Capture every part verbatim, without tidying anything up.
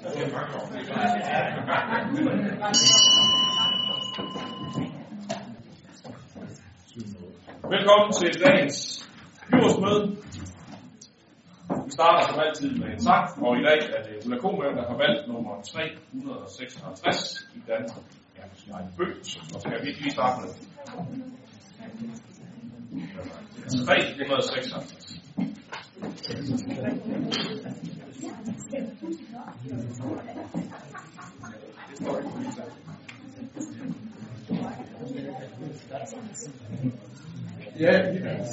Velkommen til dagens byrådsmøde. Vi starter som altid med en sang, og i dag er det Ulla Komø, der har valgt nummer tre hundrede seksoghalvtreds i Danmark. Ja, sin egen bøg, så skal vi lige starte med tre hundrede seksoghalvtreds. Ja,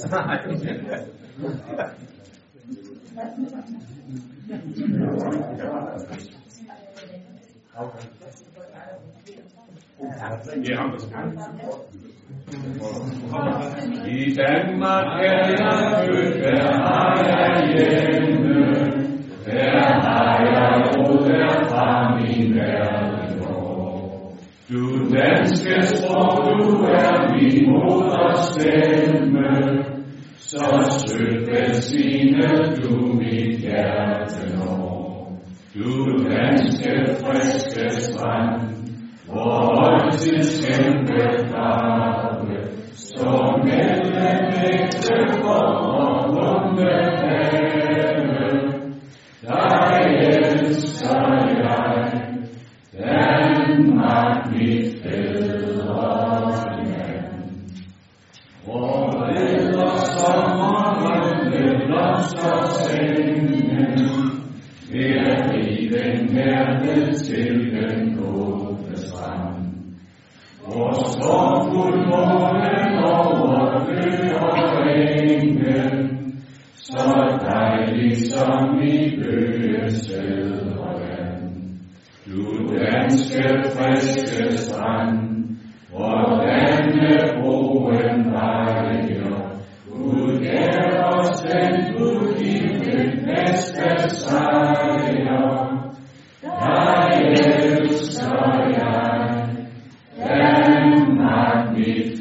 i Danmark er jeg født, der har jeg hjemme, der har jeg ro, der fra min verden går. Du danske sprog, du er min moderstemme, så sødt velsignet du mit hjerte når. Du danske friske strand, hvor højtids kæmpe farve, står mellem ægtefår og bunde have. Dig elsker jeg, Danmark mit fædreland. Hvor leder sommeren med blomstersengen, vil jeg give den herved til den åbne strand. Hvor står fuldmånen over ø og engen, så dejligt som i bøges fædreland. Du danske friske strand, hvor Dannebroen vejer, udgav os den udgivet næste sejr. Dig elsker jeg, Danmark mit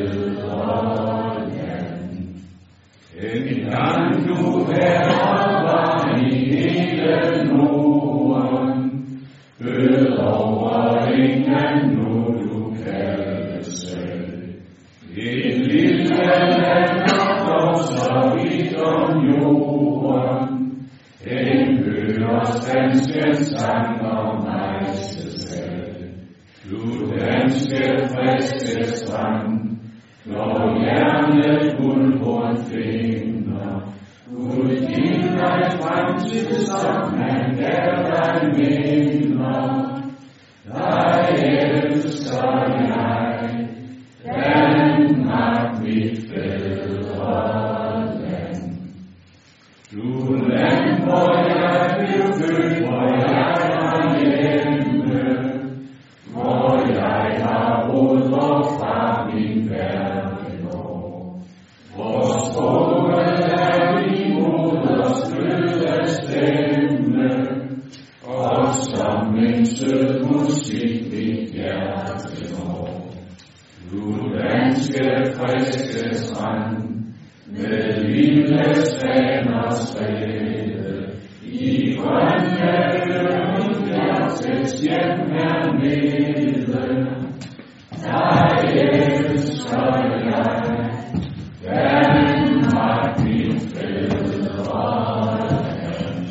fædreland. En gang du herre var i hele Norden, bød over ingen nu du kaldte selv. Et lille land og så vidt om jorden, en hører danske sang om mejse selv. Du danske friske strand, når hjernet guldhorn finder, udgiv dig fremtid, som han gav dig minder. Dig elsker jeg, Danmark mit fædreland. Du land, hvor jeg blev født, hvor jeg har hjemme, hvor jeg har rod, hvorfra min verden går. Hvor sproget er min moders bløde stemme, og som en sød musik mit hjerte når. Du danske friske strand, med lille svaners rede, i grønne øen hjertets hjem hernede. Dig elsker jeg, Danmark mit fædreland.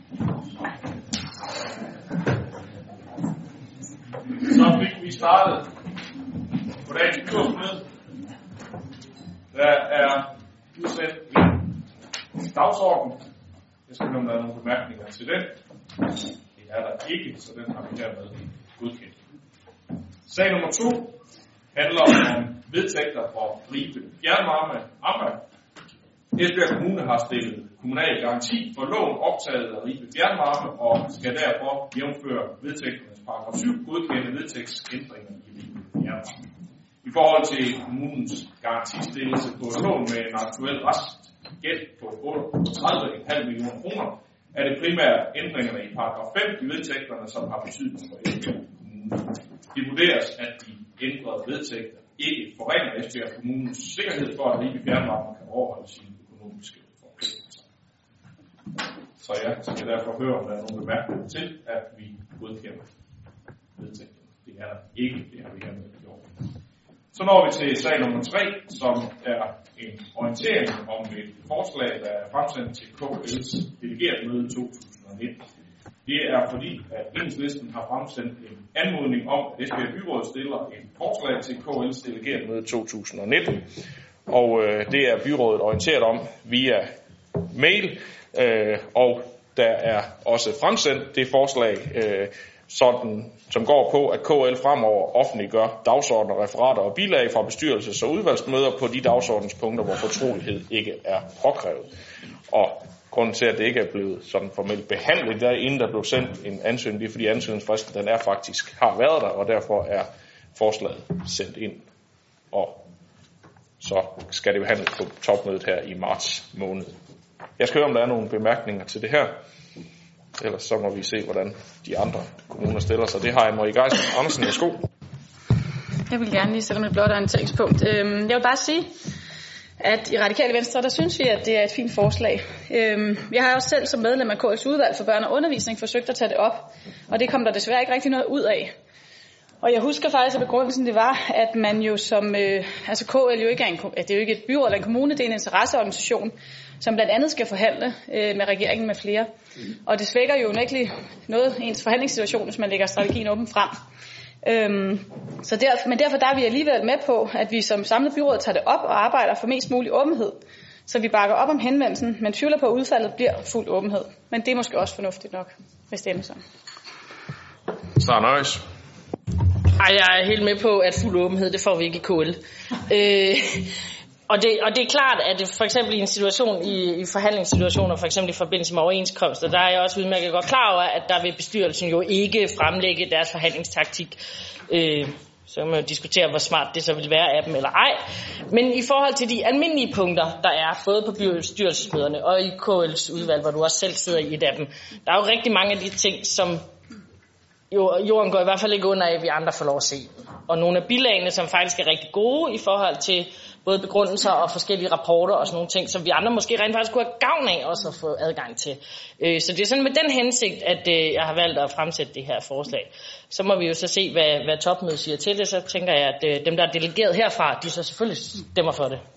Så fik vi startet på dagens byrådsmøde. Der er udsendt en dagsorden. Jeg skal have nogle bemærkninger til den. Det er der ikke, så den har vi hermed godkendt. Sag nummer to handler om vedtægter for Ribe Fjernvarme Amager. Esbjerg Kommune har stillet kommunal garanti for lån optaget af Ribe Fjernvarme og skal derfor jævnføre vedtægternes paragraf syv godkende vedtægtsændringer i Ribe Fjernvarme. I forhold til kommunens garantistillelse på et lån med en aktuel restgæld på otteogtredive komma fem millioner kroner, er det primært ændringerne i paragraf fem i vedtægterne, som har betydning for Esbjerg Kommune. Det vurderes, at de ændrede vedtægter ikke forringer Esbjerg Kommunens sikkerhed for, at Ribe Fjernvarme kan overholde sine økonomiske forpligtelser. Så jeg skal derfor høre, om der er nogle bemærkninger til, at vi godkender vedtægten. Det er der ikke, det har vi hermed gjort. Så når vi til sag nummer tre, som er en orientering om et forslag, der er fremsendt til K L's delegeret møde to tusind nitten. Det er fordi, at Enhedslisten har fremsendt en anmodning om, at Esbjerg Byråd stiller et forslag til K L's delegeret møde to tusind nitten. Og øh, det er byrådet orienteret om via mail, øh, og der er også fremsendt det forslag, øh, sådan, som går på, at K L fremover offentliggør dagsordner, referater og bilag fra bestyrelses- og udvalgsmøder på de dagsordenspunkter, hvor fortrolighed ikke er påkrævet. Og grunden til, at det ikke er blevet sådan formelt behandlet, der inden der blev sendt en ansøgning, det er fordi ansøgningsfristen den er faktisk har været der, og derfor er forslaget sendt ind. Og så skal det behandles på topmødet her i marts måned. Jeg skal høre, om der er nogle bemærkninger til det her. Ellers så må vi se, hvordan de andre kommuner stiller sig. Det har Anne-Marie Geisen Andersen. Værsgo. Jeg vil gerne lige sætte med et blot orienteringspunkt. Jeg vil bare sige, at i Radikale Venstre, der synes vi, at det er et fint forslag. Jeg har også selv som medlem af K L's udvalg for børn og undervisning forsøgt at tage det op, og det kom der desværre ikke rigtig noget ud af. Og jeg husker faktisk, at begrundelsen det var, at man jo som, øh, altså K L jo ikke er en, det er jo ikke et byråd eller en kommune, det er en interesseorganisation, som blandt andet skal forhandle øh, med regeringen med flere. Og det svækker jo unægteligt noget ens forhandlingssituation, hvis man lægger strategien åben frem. Øhm, så derfor, men derfor der er vi alligevel med på, at vi som samlet byråd tager det op og arbejder for mest mulig åbenhed. Så vi bakker op om henvendelsen, men tvivler på, at udfaldet bliver fuld åbenhed. Men det er måske også fornuftigt nok, hvis det ender sådan. Snart nøjes. Ej, jeg er helt med på, at fuld åbenhed, det får vi ikke i K L. Øh, og, det, og det er klart, at det, for eksempel i en situation, i, i forhandlingssituationer, for eksempel i forbindelse med overenskomster, der er jeg også udmærket godt klar over, at der vil bestyrelsen jo ikke fremlægge deres forhandlingstaktik. Øh, så kan man jo diskutere, hvor smart det så vil være af dem eller ej. Men i forhold til de almindelige punkter, der er både på bestyrelsesmøderne og i K L's udvalg, hvor du også selv sidder i et af dem, der er jo rigtig mange af de ting, som Jo, jorden går i hvert fald ikke under af, at vi andre får lov at se. Og nogle af bilagene, som faktisk er rigtig gode i forhold til både begrundelser og forskellige rapporter og sådan nogle ting, som vi andre måske rent faktisk kunne have gavn af også at få adgang til. Så det er sådan med den hensigt, at jeg har valgt at fremsætte det her forslag. Så må vi jo så se, hvad, hvad topmødet siger til det. Så tænker jeg, at dem, der er delegeret herfra, de så selvfølgelig stemmer for det.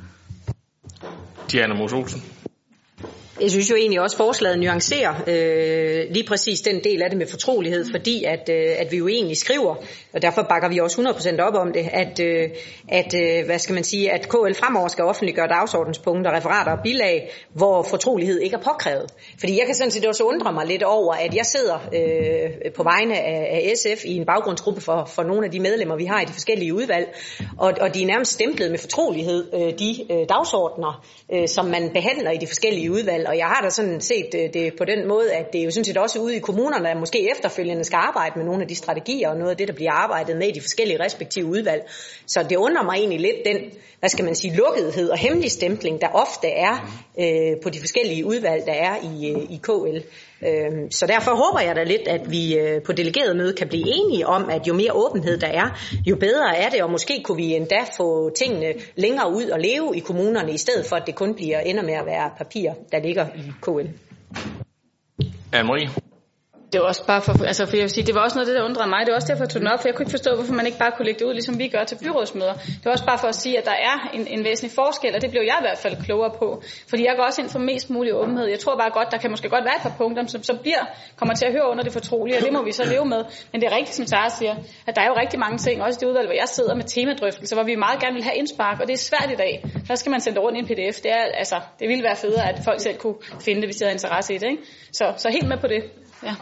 Diana Mos Olsen. Jeg synes jo egentlig også, at forslaget nuancerer øh, lige præcis den del af det med fortrolighed, fordi at, øh, at vi jo egentlig skriver, og derfor bakker vi også hundrede procent op om det, at, øh, at øh, hvad skal man sige, at K L fremover skal offentliggøre dagsordenspunkter, referater og bilag, hvor fortrolighed ikke er påkrævet. Fordi jeg kan sådan set også undre mig lidt over, at jeg sidder øh, på vegne af, af S F i en baggrundsgruppe for, for nogle af de medlemmer, vi har i de forskellige udvalg, og, og de er nærmest stemplet med fortrolighed, øh, de øh, dagsordner, øh, som man behandler i de forskellige udvalg. Og jeg har da sådan set det på den måde, at det jo sådan set også ude i kommunerne, der måske efterfølgende skal arbejde med nogle af de strategier og noget af det, der bliver arbejdet med i de forskellige respektive udvalg. Så det undrer mig egentlig lidt den, hvad skal man sige, lukkethed og hemmeligstempling, der ofte er øh, på de forskellige udvalg, der er i, i K L. Øh, så derfor håber jeg da lidt, at vi øh, på delegeret møde kan blive enige om, at jo mere åbenhed der er, jo bedre er det, og måske kunne vi endda få tingene længere ud og leve i kommunerne, i stedet for at det kun bliver ender med at være papir, der ligger i K L. Anne-Marie. Det var også bare for, altså for jeg vil sige, det var også noget af det, der undrede mig. Det var også derfor, jeg tog den op, for jeg kunne ikke forstå, hvorfor man ikke bare kunne lægge det ud, ligesom vi gør til byrådsmøder. Det var også bare for at sige, at der er en, en væsentlig forskel, og det blev jeg i hvert fald klogere på. Fordi jeg går også ind for mest mulig åbenhed. Jeg tror bare godt, der kan måske godt være et par punkter, som så bliver, kommer til at høre under det fortrolige, og det må vi så leve med. Men det er rigtigt, som Sara siger, at der er jo rigtig mange ting, også i det udvalg, hvor jeg sidder med temadrøftelser, hvor vi meget gerne vil have indspark, og det er svært i dag. Der skal man sende det rundt i en P D F. Det er, altså, det ville være federe, at folk selv kunne finde det, hvis de havde interesse i det, ikke? Så, så helt med på det. Ja.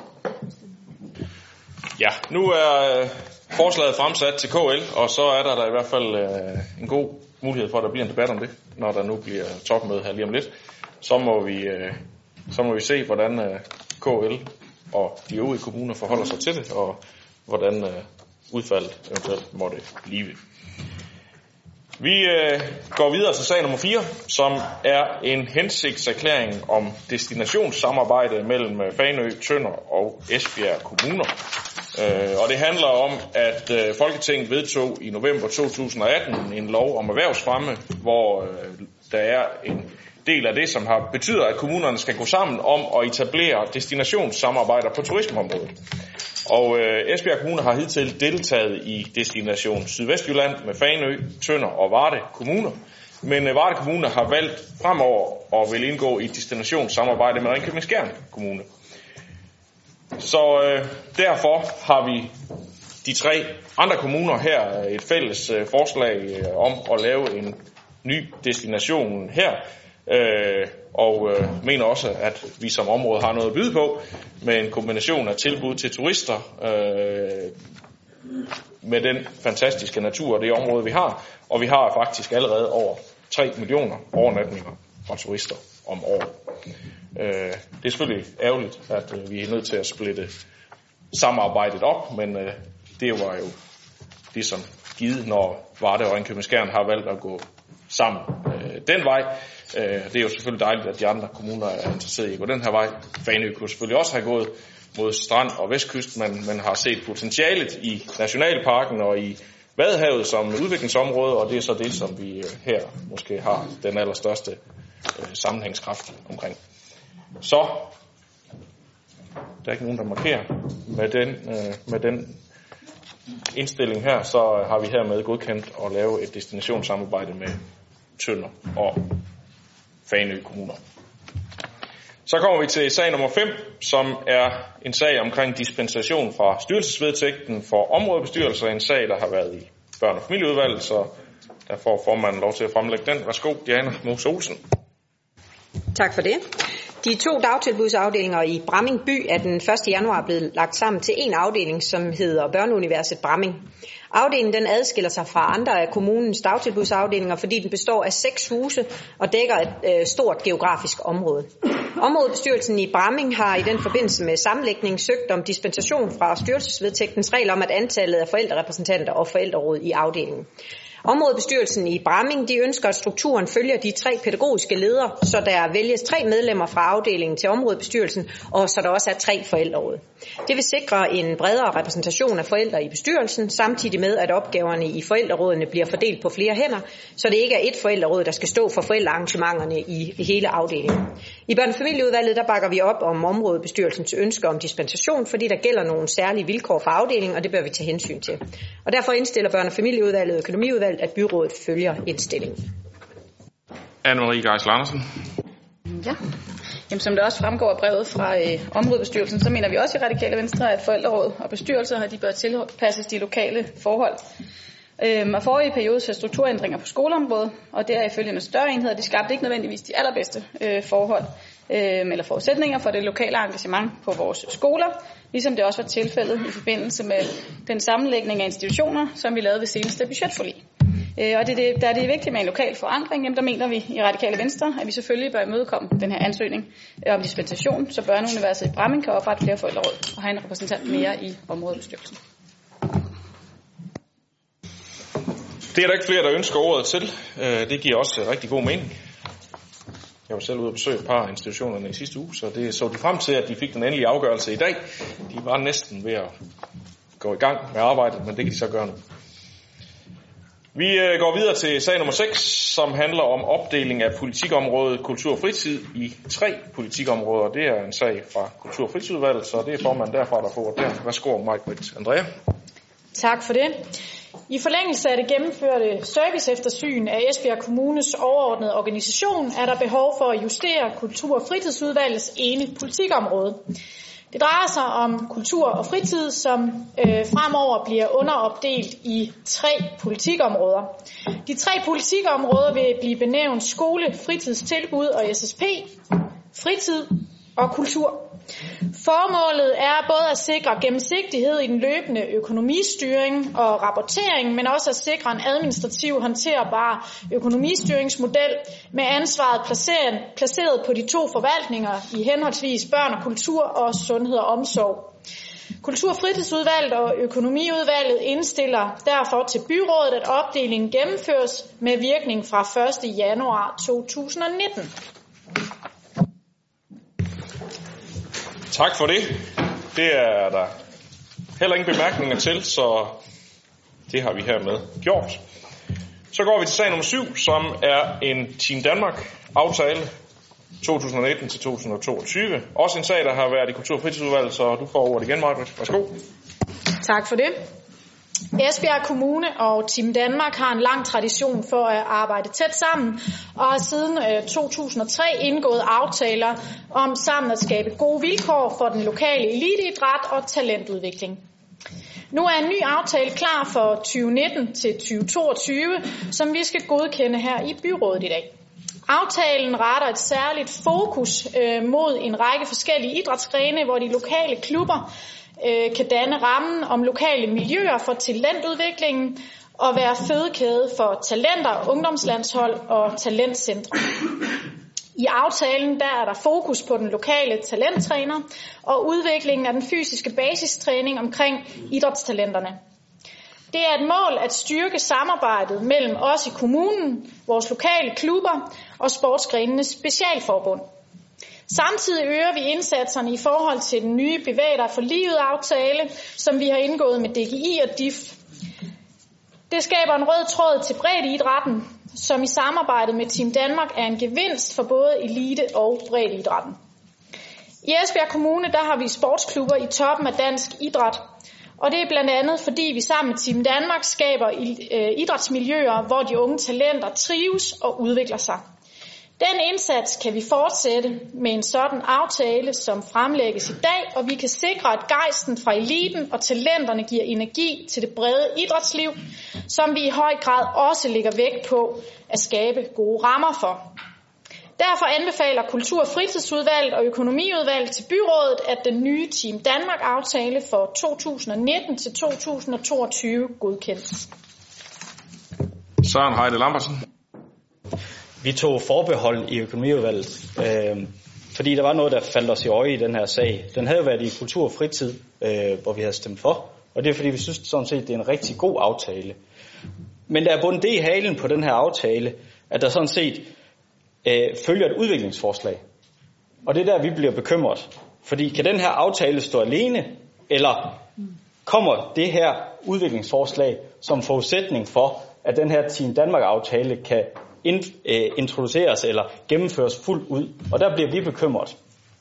Ja, nu er forslaget fremsat til K L, og så er der, der i hvert fald øh, en god mulighed for, at der bliver en debat om det, når der nu bliver topmøde her lige om lidt. Så må vi, øh, så må vi se, hvordan øh, K L og de øvrige kommuner forholder sig til det, og hvordan øh, udfaldet eventuelt måtte blive. Vi øh, går videre til sag nummer fire, som er en hensigtserklæring om destinationssamarbejde mellem Fanø, Tønder og Esbjerg kommuner. Øh, og det handler om, at øh, Folketinget vedtog i november to tusind og atten en lov om erhvervsfremme, hvor øh, der er en del af det, som har betyder, at kommunerne skal gå sammen om at etablere destinationssamarbejder på turismeområdet. Og øh, Esbjerg Kommune har hidtil deltaget i Destination Sydvestjylland med Fanø, Tønder og Varde kommuner. Men øh, Varde Kommune har valgt fremover at vil indgå i destinationssamarbejde med Ringkøbing-Skjern Kommune. Så øh, derfor har vi de tre andre kommuner her et fælles øh, forslag øh, om at lave en ny destination her. Øh, og øh, mener også, at vi som område har noget at byde på med en kombination af tilbud til turister øh, med den fantastiske natur og det område, vi har. Og vi har faktisk allerede over tre millioner overnatninger fra turister om året. Øh, det er selvfølgelig ærgerligt, at øh, vi er nødt til at splitte samarbejdet op, men øh, det var jo ligesom givet, når Varde og Ringkøbing-Skjern har valgt at gå sammen øh, den vej. Øh, det er jo selvfølgelig dejligt, at de andre kommuner er interesseret i at gå den her vej. Fanø kunne selvfølgelig også have gået mod strand og vestkyst, men man har set potentialet i Nationalparken og i Vadehavet som udviklingsområde, og det er så det, som vi øh, her måske har den allerstørste øh, sammenhængskraft omkring. Så der er ikke nogen, der markerer med den, øh, med den indstilling her, så har vi hermed godkendt at lave et destinationssamarbejde med Tønder og Fanø kommuner. Så kommer vi til sag nummer fem, som er en sag omkring dispensation fra styrelsesvedtægten for områdebestyrelser. En sag, der har været i børn- og familieudvalget, så der får formanden lov til at fremlægge den. Værsgo, Diana Mose Olsen. Tak for det. De to dagtilbudsafdelinger i Bramming by er den første januar blevet lagt sammen til en afdeling, som hedder Børneuniverset Bramming. Afdelingen den adskiller sig fra andre af kommunens dagtilbudsafdelinger, fordi den består af seks huse og dækker et øh, stort geografisk område. Områdebestyrelsen i Bramming har i den forbindelse med sammenlægning søgt om dispensation fra styrelsesvedtægtens regel om, at antallet af forældrerepræsentanter og forældreråd i afdelingen. Områdebestyrelsen i Bramming de ønsker, at strukturen følger de tre pædagogiske ledere, så der vælges tre medlemmer fra afdelingen til områdebestyrelsen, og så der også er tre forældreråd. Det vil sikre en bredere repræsentation af forældre i bestyrelsen, samtidig med, at opgaverne i forældrerådene bliver fordelt på flere hænder, så det ikke er et forældreråd, der skal stå for forældrearrangementerne i hele afdelingen. I børne- og familieudvalget der bakker vi op om områdebestyrelsens ønsker om dispensation, fordi der gælder nogle særlige vilkår for afdelingen, og det bør vi tage hensyn til. Og derfor indstiller børne- og familieudvalget og økonomiudvalget, at byrådet følger indstillingen. Anne-Marie Geisler Andersen. Ja, Jamen, som det også fremgår af brevet fra øh, områdebestyrelsen, så mener vi også i Radikale Venstre, at forældreråd og bestyrelser de bør tilpasses de lokale forhold. Øhm, og forrige periode så strukturændringer på skoleområdet, og der er ifølge større enheder, de skabte ikke nødvendigvis de allerbedste øh, forhold øh, eller forudsætninger for det lokale engagement på vores skoler, ligesom det også var tilfældet i forbindelse med den sammenlægning af institutioner, som vi lavede ved seneste budgetforlig. Øh, og det, det, der er det vigtigt med en lokal forandring, jamen der mener vi i Radikale Venstre, at vi selvfølgelig bør imødekomme den her ansøgning øh, om dispensation, så Børneuniverset i Bramming kan oprette flere forældreråd og have en repræsentant mere i områdebestyrelsen. Det er der ikke flere, der ønsker ordet til. Det giver også rigtig god mening. Jeg var selv ude at besøge et par af institutionerne i sidste uge, så det så de frem til, at de fik den endelige afgørelse i dag. De var næsten ved at gå i gang med arbejdet, men det kan de så gøre nu. Vi går videre til sag nummer seks, som handler om opdeling af politikområdet kultur og fritid i tre politikområder. Det er en sag fra kultur- og fritidsudvalget, så det er formanden derfra, der får der. Værsgo, Maj-Britt Andrea. Tak for det. I forlængelse af det gennemførte serviceeftersyn af Esbjerg Kommunes overordnede organisation er der behov for at justere kultur- og fritidsudvalgets ene politikområde. Det drejer sig om kultur og fritid, som øh, fremover bliver underopdelt i tre politikområder. De tre politikområder vil blive benævnt skole, fritidstilbud og S S P, fritid og kultur. Formålet er både at sikre gennemsigtighed i den løbende økonomistyring og rapportering, men også at sikre en administrativ håndterbar økonomistyringsmodel med ansvaret placeret på de to forvaltninger i henholdsvis børn og kultur og sundhed og omsorg. Kultur- og fritidsudvalget og økonomiudvalget indstiller derfor til byrådet, at opdelingen gennemføres med virkning fra første januar to tusind og nitten. Tak for det. Det er der heller ingen bemærkninger til, så det har vi hermed gjort. Så går vi til sag nummer syv, som er en Team Danmark-aftale to tusind nitten til to tusind toogtyve. Også en sag, der har været i Kultur- og Fritidsudvalget, så du får ordet igen, Margrethe. Værsgo. Tak for det. Esbjerg Kommune og Team Danmark har en lang tradition for at arbejde tæt sammen, og har siden to tusind og tre indgået aftaler om sammen at skabe gode vilkår for den lokale eliteidræt og talentudvikling. Nu er en ny aftale klar for tyve nitten til tyve toogtyve, som vi skal godkende her i byrådet i dag. Aftalen retter et særligt fokus øh, mod en række forskellige idrætsgrene, hvor de lokale klubber øh, kan danne rammen om lokale miljøer for talentudviklingen og være fødekæde for talenter, ungdomslandshold og talentcentre. I aftalen der er der fokus på den lokale talenttræner og udviklingen af den fysiske basistræning omkring idrætstalenterne. Det er et mål at styrke samarbejdet mellem os i kommunen, vores lokale klubber og sportsgrenenes specialforbund. Samtidig øger vi indsatserne i forhold til den nye Bevæg dig for livet-aftale, som vi har indgået med D G I og D I F. Det skaber en rød tråd til breddeidrætten, som i samarbejde med Team Danmark er en gevinst for både elite- og breddeidrætten. I Esbjerg Kommune der har vi sportsklubber i toppen af dansk idræt, og det er blandt andet fordi vi sammen med Team Danmark skaber idrætsmiljøer, hvor de unge talenter trives og udvikler sig. Den indsats kan vi fortsætte med en sådan aftale, som fremlægges i dag, og vi kan sikre, at gejsten fra eliten og talenterne giver energi til det brede idrætsliv, som vi i høj grad også lægger vægt på at skabe gode rammer for. Derfor anbefaler Kultur- og Fritidsudvalget og Økonomiudvalget til byrådet, at den nye Team Danmark-aftale for to tusind nitten til to tusind toogtyve godkendes. Søren Heide Lambertsen. Vi tog forbehold i Økonomiudvalget, øh, fordi der var noget, der faldt os i øje i den her sag. Den havde jo været i Kultur og Fritid, øh, hvor vi havde stemt for, og det er fordi, vi synes sådan set, det er en rigtig god aftale. Men der er bundet det i halen på den her aftale, at der sådan set øh, følger et udviklingsforslag. Og det er der, vi bliver bekymret. Fordi kan den her aftale stå alene, eller kommer det her udviklingsforslag som forudsætning for, at den her Team Danmark-aftale kan introduceres eller gennemføres fuldt ud, og der bliver vi bekymret.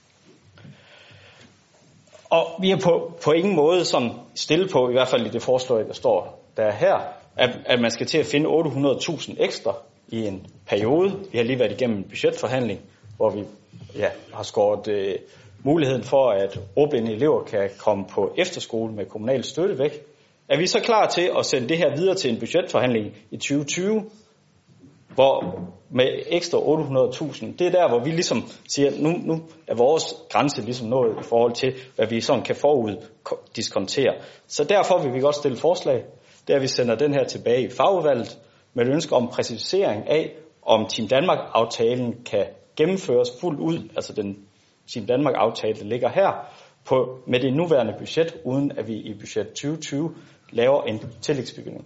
Og vi er på, på ingen måde sådan stille på, i hvert fald i det forslag, der står der er her, at, at man skal til at finde otte hundrede tusind ekstra i en periode. Vi har lige været igennem en budgetforhandling, hvor vi ja, har skåret øh, muligheden for, at ordblinde elever kan komme på efterskole med kommunal støtte væk. Er vi så klar til at sende det her videre til en budgetforhandling i tyve tyve, hvor med ekstra otte hundrede tusind, det er der, hvor vi ligesom siger, nu, nu er vores grænse ligesom nået i forhold til, hvad vi sådan kan forud diskontere. Så derfor vil vi godt stille forslag, der vi sender den her tilbage i fagudvalget, med et ønske om præcisering af, om Team Danmark-aftalen kan gennemføres fuldt ud, altså den Team Danmark-aftale, der ligger her, på, med det nuværende budget, uden at vi i budget tyve tyve laver en tillægsbevilling.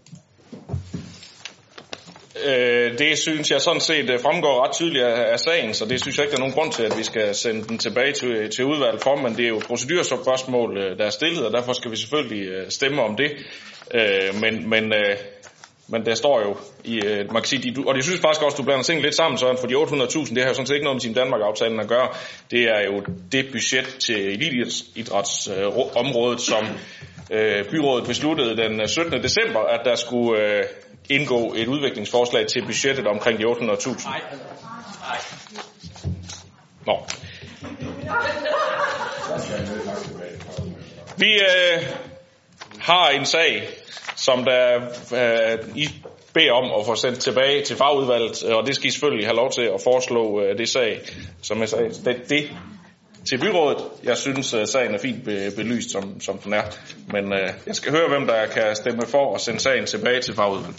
Det synes jeg sådan set fremgår ret tydeligt af sagen, så det synes jeg ikke, der er nogen grund til, at vi skal sende den tilbage til, til udvalget for, men det er jo procedurspørgsmål, der er stillet, og derfor skal vi selvfølgelig stemme om det. Men, men, men der står jo i, man kan sige, og det synes faktisk også, du blander tingene lidt sammen, Søren, for de otte hundrede tusind, det har jo sådan set ikke noget med Team Danmark-aftalen at gøre. Det er jo det budget til eliteidrætsområdet, som byrådet besluttede den syttende december, at der skulle indgå et udviklingsforslag til budgettet omkring de otte hundrede tusind. Nå. Vi øh, har en sag, som der øh, I beder om at få sendt tilbage til fagudvalget, og det skal I selvfølgelig have lov til at foreslå øh, det sag, som jeg sagde, det, det til byrådet. Jeg synes, at sagen er fint belyst, som, som den er, men øh, jeg skal høre, hvem der kan stemme for at sende sagen tilbage til fagudvalget.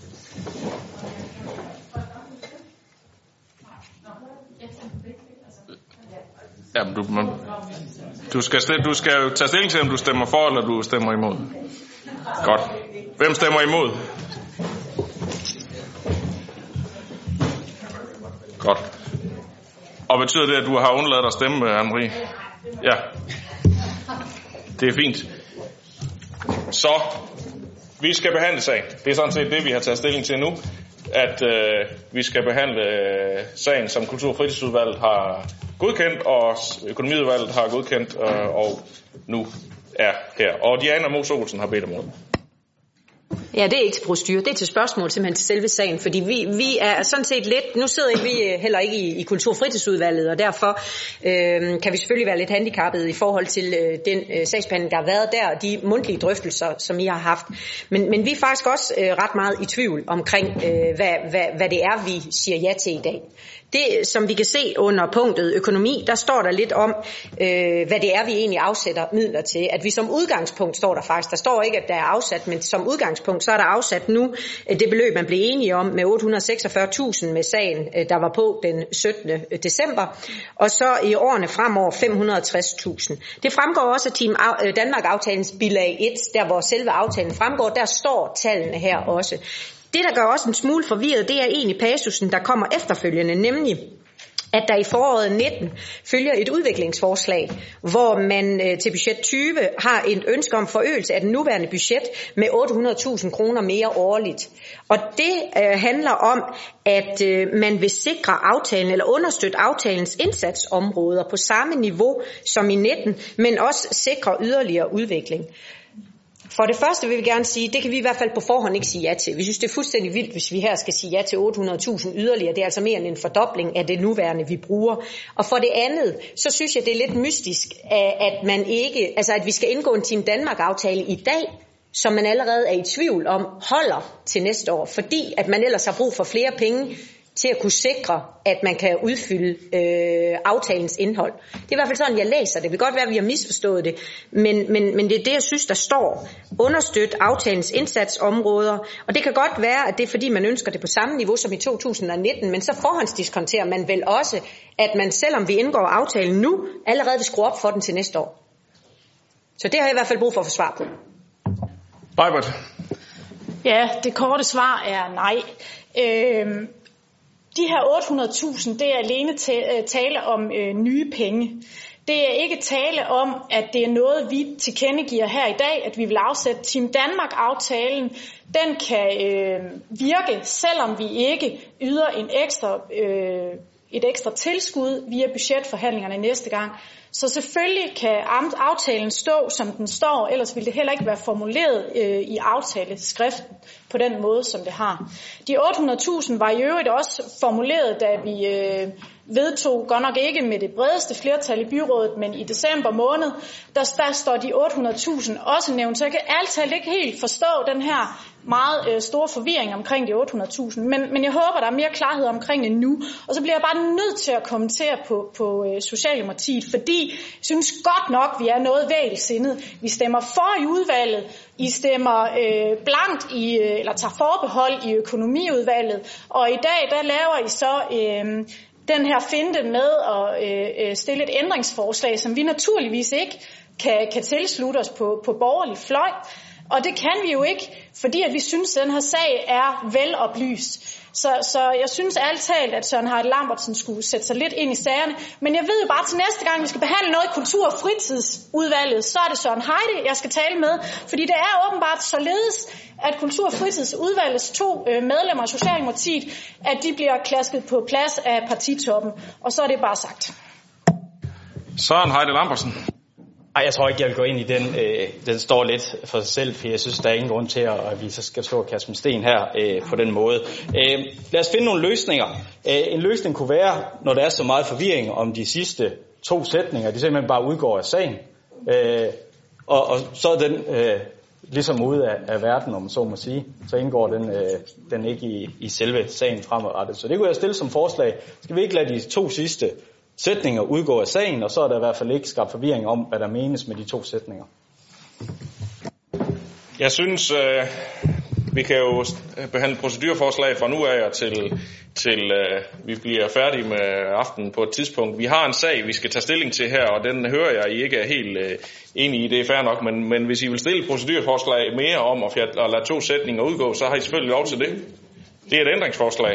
Jamen, du, man, du, skal, du skal jo tage stilling til, om du stemmer for, eller du stemmer imod. Godt. Hvem stemmer imod? Godt. Og betyder det, at du har undladt at stemme, Anne-Marie? Ja. Det er fint. Så, vi skal behandle sagen. Det er sådan set det, vi har taget stilling til nu. at øh, vi skal behandle øh, sagen, som Kultur- og Fritidsudvalget har godkendt, og Økonomiudvalget har godkendt, øh, og nu er her. Og Diana Mos Olsen har bedt om ordet. Ja, det er ikke til procedure, det er til spørgsmål simpelthen til selve sagen, fordi vi, vi er sådan set lidt, nu sidder vi heller ikke i, i Kultur- og Fritidsudvalget, og derfor øh, kan vi selvfølgelig være lidt handicappede i forhold til øh, den øh, sagsbehandling, der har været der, og de mundtlige drøftelser, som I har haft. Men, men vi er faktisk også øh, ret meget i tvivl omkring, øh, hvad, hvad, hvad det er, vi siger ja til i dag. Det, som vi kan se under punktet økonomi, der står der lidt om, øh, hvad det er, vi egentlig afsætter midler til. At vi som udgangspunkt, står der faktisk, der står ikke, at der er afsat, men som udgangspunkt, så er der afsat nu det beløb, man blev enige om med otte hundrede og seksogfyrre tusind med sagen, der var på den syttende december, og så i årene fremover fem hundrede og tres tusind. Det fremgår også af Team Danmark-aftalens bilag et, der hvor selve aftalen fremgår, der står tallene her også. Det, der gør også en smule forvirret, det er egentlig passusen, der kommer efterfølgende, nemlig at der i foråret nitten følger et udviklingsforslag, hvor man øh, til budget tyve har et ønske om forøgelse af den nuværende budget med otte hundrede tusind kroner mere årligt. Og det øh, handler om, at øh, man vil sikre aftalen eller understøtte aftalens indsatsområder på samme niveau som i nitten, men også sikre yderligere udvikling. For det første vil vi gerne sige, det kan vi i hvert fald på forhånd ikke sige ja til. Vi synes, det er fuldstændig vildt, hvis vi her skal sige ja til otte hundrede tusind yderligere. Det er altså mere end en fordobling af det nuværende, vi bruger. Og for det andet, så synes jeg, det er lidt mystisk, at man ikke, altså at vi skal indgå en Team Danmark-aftale i dag, som man allerede er i tvivl om, holder til næste år. Fordi at man ellers har brug for flere penge til at kunne sikre, at man kan udfylde øh, aftalens indhold. Det er i hvert fald sådan, jeg læser det. Det kan godt være, at vi har misforstået det, men, men, men det er det, jeg synes, der står. Understøt aftalens indsatsområder, og det kan godt være, at det er fordi, man ønsker det på samme niveau som i to tusind og nitten, men så forhåndsdiskonterer man vel også, at man selvom vi indgår aftalen nu, allerede vil skrue op for den til næste år. Så det har jeg i hvert fald brug for at få svar på. Majbert. Ja, det korte svar er nej. Øhm De her otte hundrede tusind, det er alene tale om øh, nye penge. Det er ikke tale om, at det er noget, vi tilkendegiver her i dag, at vi vil afsætte Team Danmark-aftalen. Den kan øh, virke, selvom vi ikke yder en ekstra, øh, et ekstra tilskud via budgetforhandlingerne næste gang. Så selvfølgelig kan aftalen stå, som den står, ellers ville det heller ikke være formuleret øh, i aftaleskriften på den måde, som det har. De otte hundrede tusind var i øvrigt også formuleret, da vi øh, vedtog, godt nok ikke med det bredeste flertal i byrådet, men i december måned, der, der står de otte hundrede tusind også nævnt. Så jeg kan altid ikke helt forstå den her meget øh, store forvirring omkring de otte hundrede tusind, men, men jeg håber, der er mere klarhed omkring det nu. Og så bliver jeg bare nødt til at kommentere på, på øh, Socialdemokratiet, fordi jeg synes godt nok, vi er noget vægelsindet. Vi stemmer for i udvalget, I stemmer øh, blankt, i, øh, eller tager forbehold i økonomiudvalget, og i dag, der laver I så øh, den her finte med at øh, stille et ændringsforslag, som vi naturligvis ikke kan, kan tilslutte os på, på borgerlig fløj. Og det kan vi jo ikke, fordi at vi synes, at den her sag er veloplyst. Så, så jeg synes ærligt talt, at Søren Heide Lambertsen skulle sætte sig lidt ind i sagerne. Men jeg ved jo bare til næste gang, vi skal behandle noget i Kultur- og Fritidsudvalget, så er det Søren Heide, jeg skal tale med. Fordi det er åbenbart således, at Kultur- og Fritidsudvalgets to medlemmer af Socialdemokratiet, at de bliver klasket på plads af partitoppen. Og så er det bare sagt. Søren Heide Lambertsen. Ej, jeg tror ikke, jeg vil gå ind i den. Øh, den står lidt for sig selv, for jeg synes, der er ingen grund til, at vi så skal stå og kaste med sten her øh, på den måde. Øh, lad os finde nogle løsninger. Øh, en løsning kunne være, når der er så meget forvirring om de sidste to sætninger, de simpelthen bare udgår af sagen. Øh, og, og så er den øh, ligesom ude af, af verden, om så må sige. Så indgår den, øh, den ikke i, i selve sagen fremadrettet. Så det kunne jeg stille som forslag. Skal vi ikke lade de to sidste sætninger udgår af sagen, og så er der i hvert fald ikke skabt forvirring om, hvad der menes med de to sætninger. Jeg synes, øh, vi kan jo behandle procedurforslag fra nu af og til, til øh, vi bliver færdige med aftenen på et tidspunkt. Vi har en sag, vi skal tage stilling til her, og den hører jeg, I ikke er helt øh, enige i. Det er fair nok, men, men hvis I vil stille procedurforslag mere om at, fjat, at lade to sætninger udgå, så har I selvfølgelig lov til det. Det er et ændringsforslag.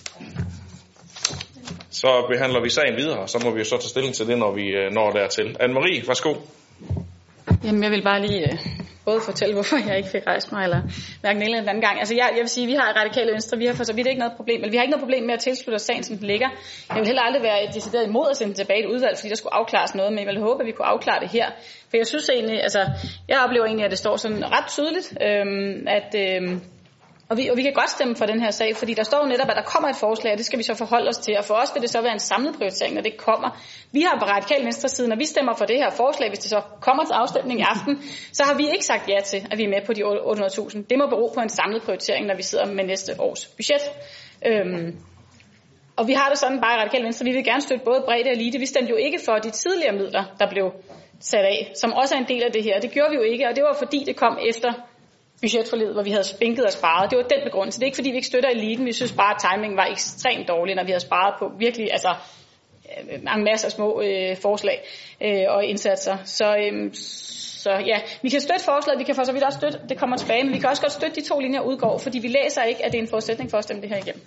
Så behandler vi sagen videre, og så må vi jo så tage stilling til det, når vi når dertil. Anne-Marie, værsgo. Jamen, jeg vil bare lige øh, både fortælle, hvorfor jeg ikke fik rejst mig, eller hverken en eller anden gang. Altså jeg, jeg vil sige, vi har i Radikale Venstre, vi har for så vidt ikke noget problem, eller vi har ikke noget problem med at tilslutte os sagen, som den ligger. Jeg vil heller aldrig være decideret imod at sende den tilbage i et udvalg, fordi der skulle afklares noget, men jeg vil håbe, at vi kunne afklare det her. For jeg synes egentlig, altså jeg oplever egentlig, at det står sådan ret tydeligt, øhm, at øhm, Og vi, og vi kan godt stemme for den her sag, fordi der står jo netop, at der kommer et forslag, og det skal vi så forholde os til. Og for os vil det så være en samlet prioritering, når det kommer. Vi har på Radikale Venstre siden, når vi stemmer for det her forslag, hvis det så kommer til afstemning i aften, så har vi ikke sagt ja til, at vi er med på de otte hundrede tusind. Det må bero på en samlet prioritering, når vi sidder med næste års budget. Øhm, og vi har det sådan bare i Radikale Venstre, vi vil gerne støtte både bredde og elite. Vi stemte jo ikke for de tidligere midler, der blev sat af, som også er en del af det her. Det gjorde vi jo ikke, og det var fordi det kom efter budgetforliget, hvor vi havde spinket og sparet. Det var den begrundelse. Det er ikke fordi vi ikke støtter eliten. Vi synes bare at timingen var ekstremt dårlig, når vi havde sparet på virkelig altså en masse små øh, forslag øh, og indsatser. Så, øh, så ja, vi kan støtte forslaget, vi kan for så vidt også støtte, det kommer tilbage, men vi kan også godt støtte de to linjer udgår, fordi vi læser ikke, at det er en forudsætning for at stemme det her igennem.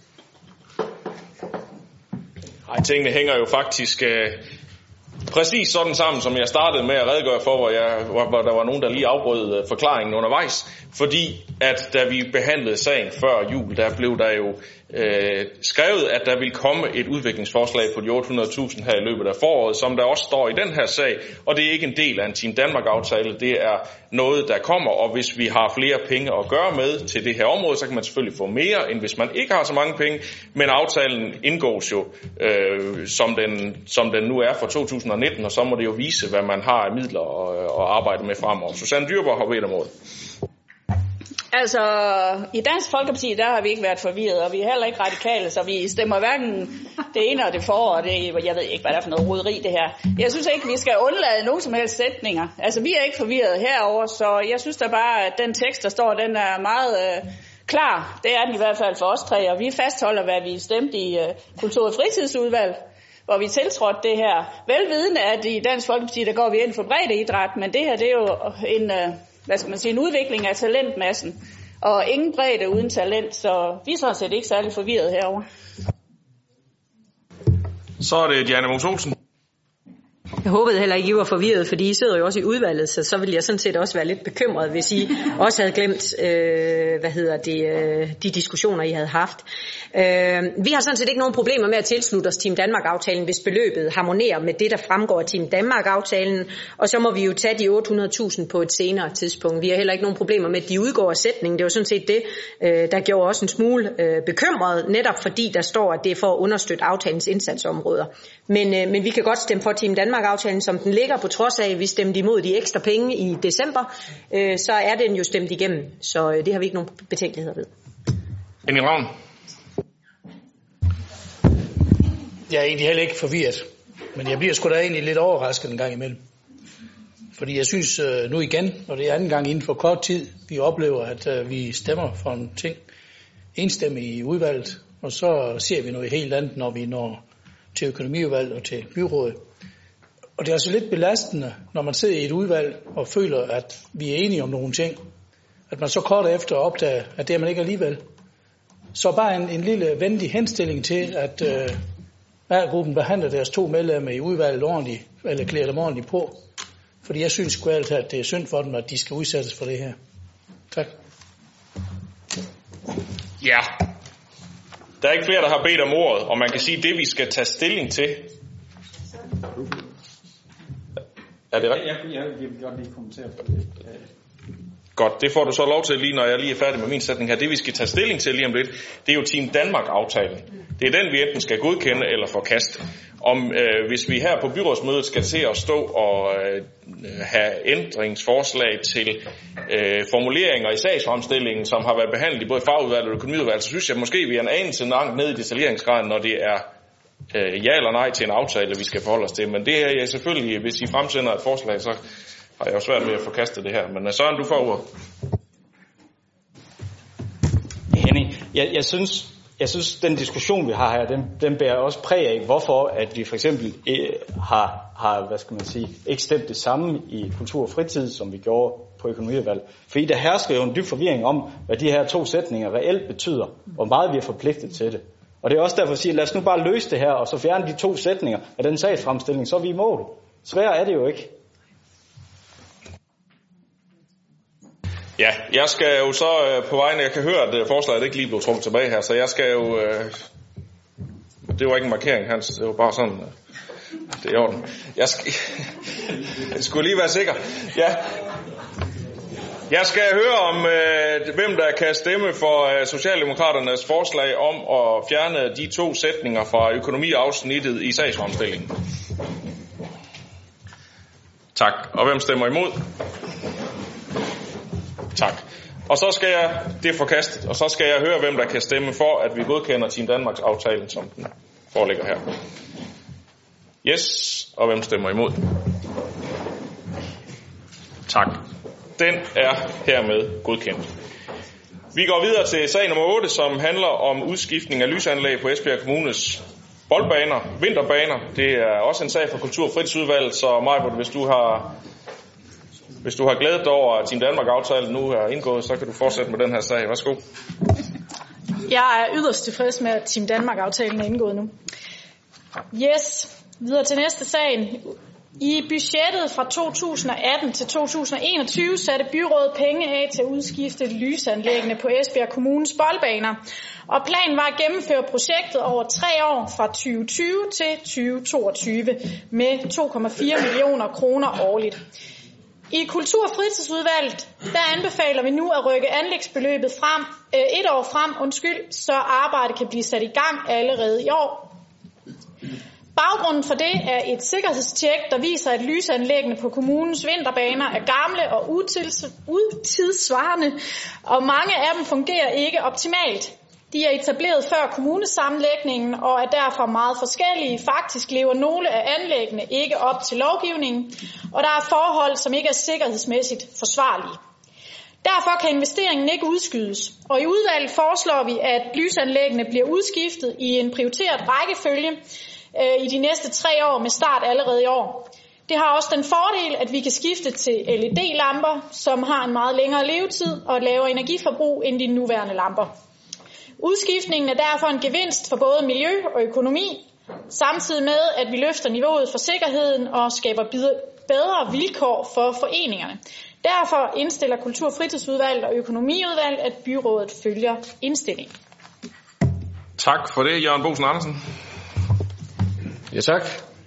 Ej, tingene hænger jo faktisk øh, præcis sådan sammen, som jeg startede med at redegøre for, hvor, jeg, hvor, hvor der var nogen, der lige afbrød øh, forklaringen undervejs. Fordi at da vi behandlede sagen før jul, der blev der jo øh, skrevet, at der vil komme et udviklingsforslag på de otte hundrede tusind her i løbet af foråret, som der også står i den her sag. Og det er ikke en del af en Team Danmark-aftale, det er noget, der kommer. Og hvis vi har flere penge at gøre med til det her område, så kan man selvfølgelig få mere, end hvis man ikke har så mange penge. Men aftalen indgås jo, øh, som, den, som den nu er for to tusind og nitten, og så må det jo vise, hvad man har af midler at, at arbejde med fremover. Susanne Dyhrborg har bedt om ordet. Altså, i Dansk Folkeparti, der har vi ikke været forvirret, og vi er heller ikke radikale, så vi stemmer hverken det ene og det for, og det, jeg ved ikke, hvad der er for noget roderi, det her. Jeg synes ikke, vi skal undlade nogen som helst sætninger. Altså, vi er ikke forvirret herover, så jeg synes da bare, at den tekst, der står, den er meget øh, klar. Det er den i hvert fald for os tre, og vi fastholder, hvad vi stemte i øh, Kultur- og Fritidsudvalg, hvor vi tiltrådte det her. Velvidende, at i Dansk Folkeparti, der går vi ind for breddeidræt, men det her, det er jo en... Øh, hvad skal man sige, en udvikling af talentmassen, og ingen bredde uden talent, så vi er sådan set ikke særlig forvirret herovre. Så er det Diana Mos Olsen. Jeg håbede heller ikke, I var forvirret, fordi I sidder jo også i udvalget, så så ville jeg sådan set også være lidt bekymret, hvis I også havde glemt, øh, hvad hedder det, øh, de diskussioner, I havde haft. Øh, vi har sådan set ikke nogen problemer med at tilslutte os Team Danmark-aftalen, hvis beløbet harmonerer med det, der fremgår af Team Danmark-aftalen, og så må vi jo tage de otte hundrede tusind på et senere tidspunkt. Vi har heller ikke nogen problemer med, at de udgår af sætningen. Det var sådan set det, øh, der gjorde også en smule øh, bekymret, netop fordi der står, at det er for at understøtte aftalens indsatsområder. Men, øh, men vi kan godt stemme for Team Danmark-aftalen, som den ligger, på trods af, at vi stemte imod de ekstra penge i december, øh, så er den jo stemt igennem. Så øh, det har vi ikke nogen betænkeligheder ved. Henning Ravn. Jeg er egentlig heller ikke forvirret, men jeg bliver sgu da egentlig lidt overrasket en gang imellem. Fordi jeg synes øh, nu igen, og det er anden gang inden for kort tid, vi oplever, at øh, vi stemmer for en ting enstemmigt i udvalget, og så ser vi noget helt andet, når vi når til økonomiudvalget og til byrådet. Og det er altså lidt belastende, når man sidder i et udvalg og føler, at vi er enige om nogle ting, at man så kort efter opdager, at det er man ikke alligevel. Så bare en, en lille venlig henstilling til, at øh, A-gruppen behandler deres to medlemmer i udvalget ordentligt, eller klæder dem ordentligt på. Fordi jeg synes sgu altid, at det er synd for dem, at de skal udsættes for det her. Tak. Ja. Der er ikke flere, der har bedt om ordet, og man kan sige, at det vi skal tage stilling til... Er det rigtigt? Jeg, jeg, jeg vil godt lige kommentere på det. Godt, det får du så lov til lige, når jeg lige er færdig med min sætning her. Det vi skal tage stilling til lige om lidt, det er jo Team Danmark-aftalen. Det er den, vi enten skal godkende eller forkaste. Om øh, hvis vi her på byrådsmødet skal se at stå og øh, have ændringsforslag til øh, formuleringer i sagsfremstillingen, som har været behandlet i både fagudvalget og økonomiudvalget, så synes jeg måske, vi er en anelse langt ned i detaljeringsgraden, når det er øh, ja eller nej til en aftale, vi skal forholde os til. Men det er jeg selvfølgelig, hvis I fremsender et forslag, så har jeg jo svært ved at forkaste det her. Men Søren, du får ordet. Henning, jeg, jeg synes... Jeg synes, den diskussion, vi har her, den, den bærer også præg af, hvorfor at vi for eksempel eh, har, har, hvad skal man sige, ikke stemt det samme i kultur og fritid, som vi gjorde på økonomiudvalg. Fordi der hersker jo en dyb forvirring om, hvad de her to sætninger reelt betyder, og hvor meget vi er forpligtet til det. Og det er også derfor at sige, lad os nu bare løse det her, og så fjerne de to sætninger af den sagsfremstilling, så er vi i mål. Sværere er det jo ikke. Ja, jeg skal jo så øh, på vejen, jeg kan høre, at øh, forslaget ikke lige blev trukket tilbage her, så jeg skal jo, øh, det var ikke en markering, Hans, det var bare sådan, øh, det er i orden. Jeg, skal, jeg skulle lige være sikker. Ja. Jeg skal høre om, øh, hvem der kan stemme for øh, Socialdemokraternes forslag om at fjerne de to sætninger fra økonomiafsnittet i sagsfremstillingen. Tak. Og hvem stemmer imod? Tak. Og så skal jeg, det er forkastet, og så skal jeg høre, hvem der kan stemme for, at vi godkender Team Danmarks aftalen, som den foreligger her. Yes, og hvem stemmer imod? Tak. Den er hermed godkendt. Vi går videre til sag nummer otte, som handler om udskiftning af lysanlæg på Esbjerg Kommunes boldbaner, vinterbaner. Det er også en sag for Kultur- og Fritidsudvalget, så Majbert, hvis du har hvis du har glædet dig over, at Team Danmark-aftalen nu er indgået, så kan du fortsætte med den her sag. Værsgo. Jeg er yderst tilfreds med, at Team Danmark-aftalen er indgået nu. Yes, videre til næste sag. I budgettet fra to tusind og atten til to tusind og enogtyve satte byrådet penge af til at udskifte lysanlæggene på Esbjerg Kommunes boldbaner. Og planen var at gennemføre projektet over tre år fra tyve tyve til tyve toogtyve med to komma fire millioner kroner årligt. I Kultur- og Fritidsudvalget, der anbefaler vi nu at rykke anlægsbeløbet frem, øh, et år frem, undskyld, så arbejdet kan blive sat i gang allerede i år. Baggrunden for det er et sikkerhedstjek, der viser, at lysanlæggene på kommunens vinterbaner er gamle og utids- utidssvarende, og mange af dem fungerer ikke optimalt. De er etableret før kommunesammenlægningen og er derfor meget forskellige. Faktisk lever nogle af anlæggene ikke op til lovgivningen, og der er forhold, som ikke er sikkerhedsmæssigt forsvarlige. Derfor kan investeringen ikke udskydes, og i udvalget foreslår vi, at lysanlæggene bliver udskiftet i en prioriteret rækkefølge øh, i de næste tre år med start allerede i år. Det har også den fordel, at vi kan skifte til L E D-lamper, som har en meget længere levetid og et lavere energiforbrug end de nuværende lamper. Udskiftningen er derfor en gevinst for både miljø og økonomi, samtidig med, at vi løfter niveauet for sikkerheden og skaber bedre vilkår for foreningerne. Derfor indstiller Kultur- og Fritidsudvalget og Økonomiudvalget, at byrådet følger indstillingen. Tak for det, Jørgen Bosen Andersen. Ja, tak.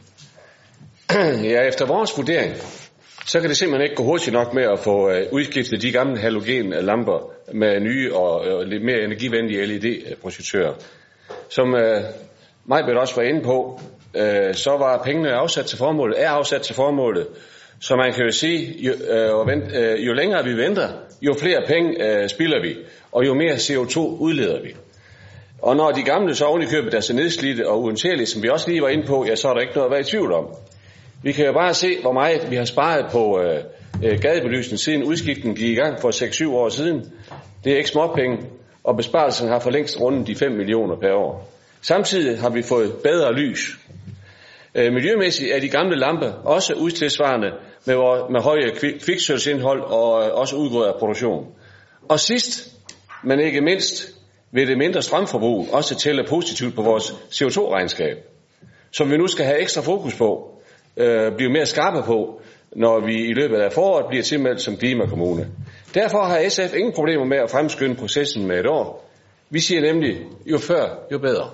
Ja, efter vores vurdering, så kan det simpelthen ikke gå hurtigt nok med at få udskiftet de gamle halogenlamper med nye og lidt mere energivenlige L E D-projektører. Som øh, Majbert også var inde på, øh, så var pengene afsat til formålet, er afsat til formålet. Så man kan jo sige, jo, øh, vent, øh, jo længere vi venter, jo flere penge øh, spilder vi, og jo mere C O to udleder vi. Og når de gamle så oven i købet er så nedslidte og uundtærlige, som vi også lige var inde på, ja, så er der ikke noget at være i tvivl om. Vi kan jo bare se, hvor meget vi har sparet på øh, øh, gadebelysning, siden udskiftningen gik i gang for seks syv år siden. Det er ikke småpenge, og besparelsen har for længst rundet de fem millioner per år. Samtidig har vi fået bedre lys. Øh, miljømæssigt er de gamle lamper også udtilsvarende med, med høje kviksølvsindhold og øh, også udgået af produktion. Og sidst, men ikke mindst, vil det mindre strømforbrug også tælle positivt på vores C O to regnskab, som vi nu skal have ekstra fokus på, øh, blive mere skarpe på, når vi i løbet af foråret bliver tilmeldt som klimakommune. Derfor har S F ingen problemer med at fremskynde processen med et år. Vi siger nemlig, jo før, jo bedre.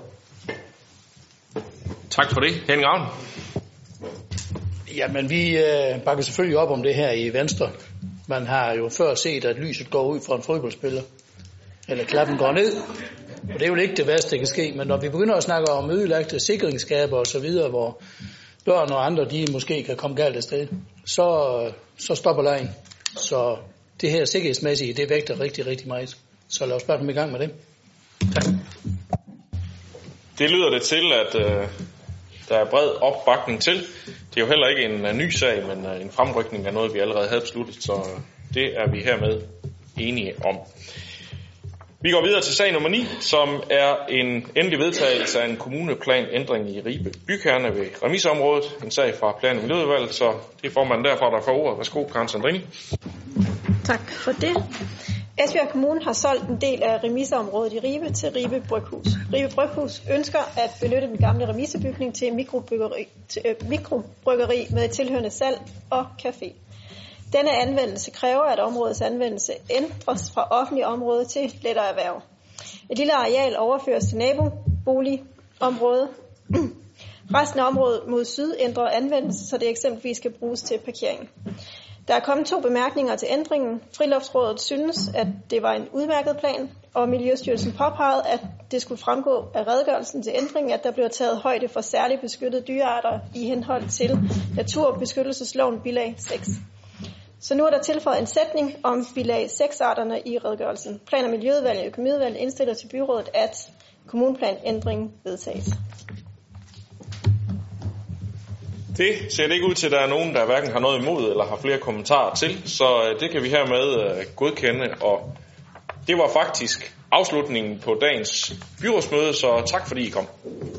Tak for det. Henning Ravn. Jamen, vi øh, bakker selvfølgelig op om det her i Venstre. Man har jo før set, at lyset går ud fra en fodboldspiller, eller klappen går ned. Og det er jo ikke det værste, der kan ske. Men når vi begynder at snakke om ødelagte sikringsskaber og så videre, hvor børn og andre, de måske kan komme galt afsted, så, så stopper lejen. Så det her sikkerhedsmæssige, det vægter rigtig, rigtig meget. Så lad os bare komme i gang med det. Tak. Det lyder det til, at øh, der er bred opbakning til. Det er jo heller ikke en, en ny sag, men en fremrykning af noget, vi allerede havde besluttet. Så det er vi hermed enige om. Vi går videre til sag nummer ni, som er en endelig vedtagelse af en kommuneplanændring i Ribe bykerne ved remisområdet. En sag fra Plan- og Miljøudvalget, så det er formanden derfra, der får ordet. Værsgo, Karen Sandrini. Tak for det. Esbjerg Kommune har solgt en del af remiseområdet i Ribe til Ribe Bryghus. Ribe Bryghus ønsker at benytte den gamle remisebygning til mikrobryggeri, til, øh, mikrobryggeri med tilhørende salg og café. Denne anvendelse kræver, at områdets anvendelse ændres fra offentlig område til lettere erhverv. Et lille areal overføres til naboboligområde. Resten af området mod syd ændrer anvendelse, så det eksempelvis skal bruges til parkering. Der er kommet to bemærkninger til ændringen. Friluftsrådet synes, at det var en udmærket plan, og Miljøstyrelsen påpegede, at det skulle fremgå af redegørelsen til ændringen, at der bliver taget højde for særligt beskyttede dyrearter i henhold til Naturbeskyttelsesloven bilag seks. Så nu er der tilføjet en sætning om bilag seks-arterne i redegørelsen. Plan- og Miljøudvalget og Økonomiudvalget indstiller til byrådet, at kommuneplanændringen vedtages. Det ser det ikke ud til, at der er nogen, der hverken har noget imod eller har flere kommentarer til, så det kan vi hermed godkende, og det var faktisk afslutningen på dagens byrådsmøde, så tak fordi I kom.